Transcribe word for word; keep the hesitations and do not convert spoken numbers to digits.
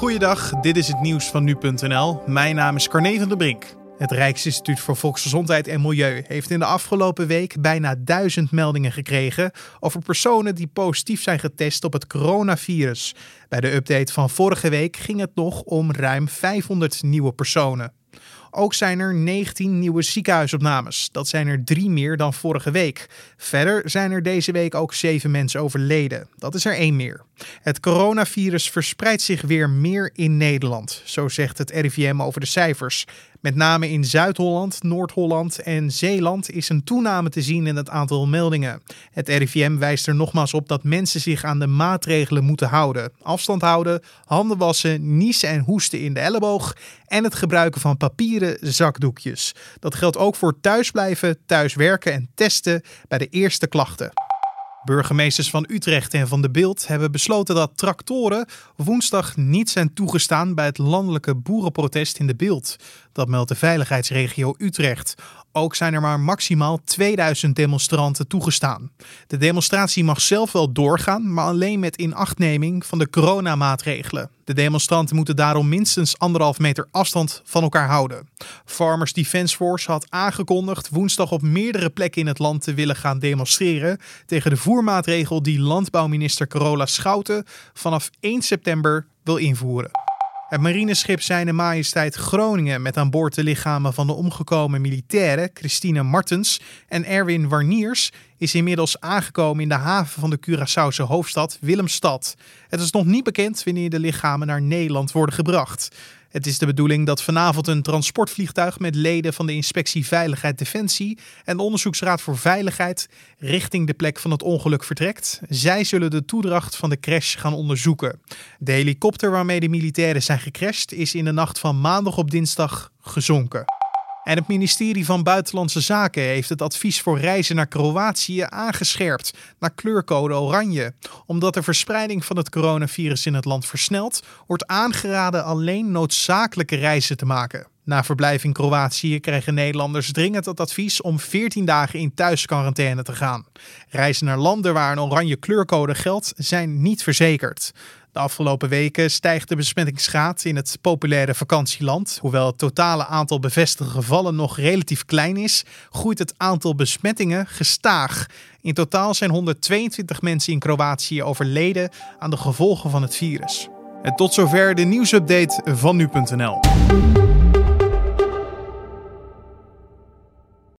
Goeiedag, dit is het nieuws van nu punt n l. Mijn naam is Carne van der Brink. Het Rijksinstituut voor Volksgezondheid en Milieu heeft in de afgelopen week bijna duizend meldingen gekregen over personen die positief zijn getest op het coronavirus. Bij de update van vorige week ging het nog om ruim vijfhonderd nieuwe personen. Ook zijn er negentien nieuwe ziekenhuisopnames. Dat zijn er drie meer dan vorige week. Verder zijn er deze week ook zeven mensen overleden. Dat is er één meer. Het coronavirus verspreidt zich weer meer in Nederland. Zo zegt het R I V M over de cijfers. Met name in Zuid-Holland, Noord-Holland en Zeeland is een toename te zien in het aantal meldingen. Het R I V M wijst er nogmaals op dat mensen zich aan de maatregelen moeten houden. Afstand houden, handen wassen, niezen en hoesten in de elleboog en het gebruiken van papieren zakdoekjes. Dat geldt ook voor thuisblijven, thuiswerken en testen bij de eerste klachten. Burgemeesters van Utrecht en van De Bilt hebben besloten dat tractoren woensdag niet zijn toegestaan bij het landelijke boerenprotest in De Bilt. Dat meldt de veiligheidsregio Utrecht. Ook zijn er maar maximaal tweeduizend demonstranten toegestaan. De demonstratie mag zelf wel doorgaan, maar alleen met inachtneming van de coronamaatregelen. De demonstranten moeten daarom minstens anderhalf meter afstand van elkaar houden. Farmers Defence Force had aangekondigd woensdag op meerdere plekken in het land te willen gaan demonstreren tegen de voermaatregel die landbouwminister Carola Schouten vanaf één september wil invoeren. Het marineschip Zijne Majesteit Groningen met aan boord de lichamen van de omgekomen militairen Christine Martens en Erwin Warniers is inmiddels aangekomen in de haven van de Curaçaose hoofdstad Willemstad. Het is nog niet bekend wanneer de lichamen naar Nederland worden gebracht. Het is de bedoeling dat vanavond een transportvliegtuig met leden van de Inspectie Veiligheid Defensie en de Onderzoeksraad voor Veiligheid richting de plek van het ongeluk vertrekt. Zij zullen de toedracht van de crash gaan onderzoeken. De helikopter waarmee de militairen zijn gecrashed is in de nacht van maandag op dinsdag gezonken. En het ministerie van Buitenlandse Zaken heeft het advies voor reizen naar Kroatië aangescherpt naar kleurcode oranje. Omdat de verspreiding van het coronavirus in het land versnelt, wordt aangeraden alleen noodzakelijke reizen te maken. Na verblijf in Kroatië krijgen Nederlanders dringend het advies om veertien dagen in thuisquarantaine te gaan. Reizen naar landen waar een oranje kleurcode geldt zijn niet verzekerd. De afgelopen weken stijgt de besmettingsgraad in het populaire vakantieland. Hoewel het totale aantal bevestigde gevallen nog relatief klein is, groeit het aantal besmettingen gestaag. In totaal zijn honderdtweeëntwintig mensen in Kroatië overleden aan de gevolgen van het virus. En tot zover de nieuwsupdate van nu punt n l.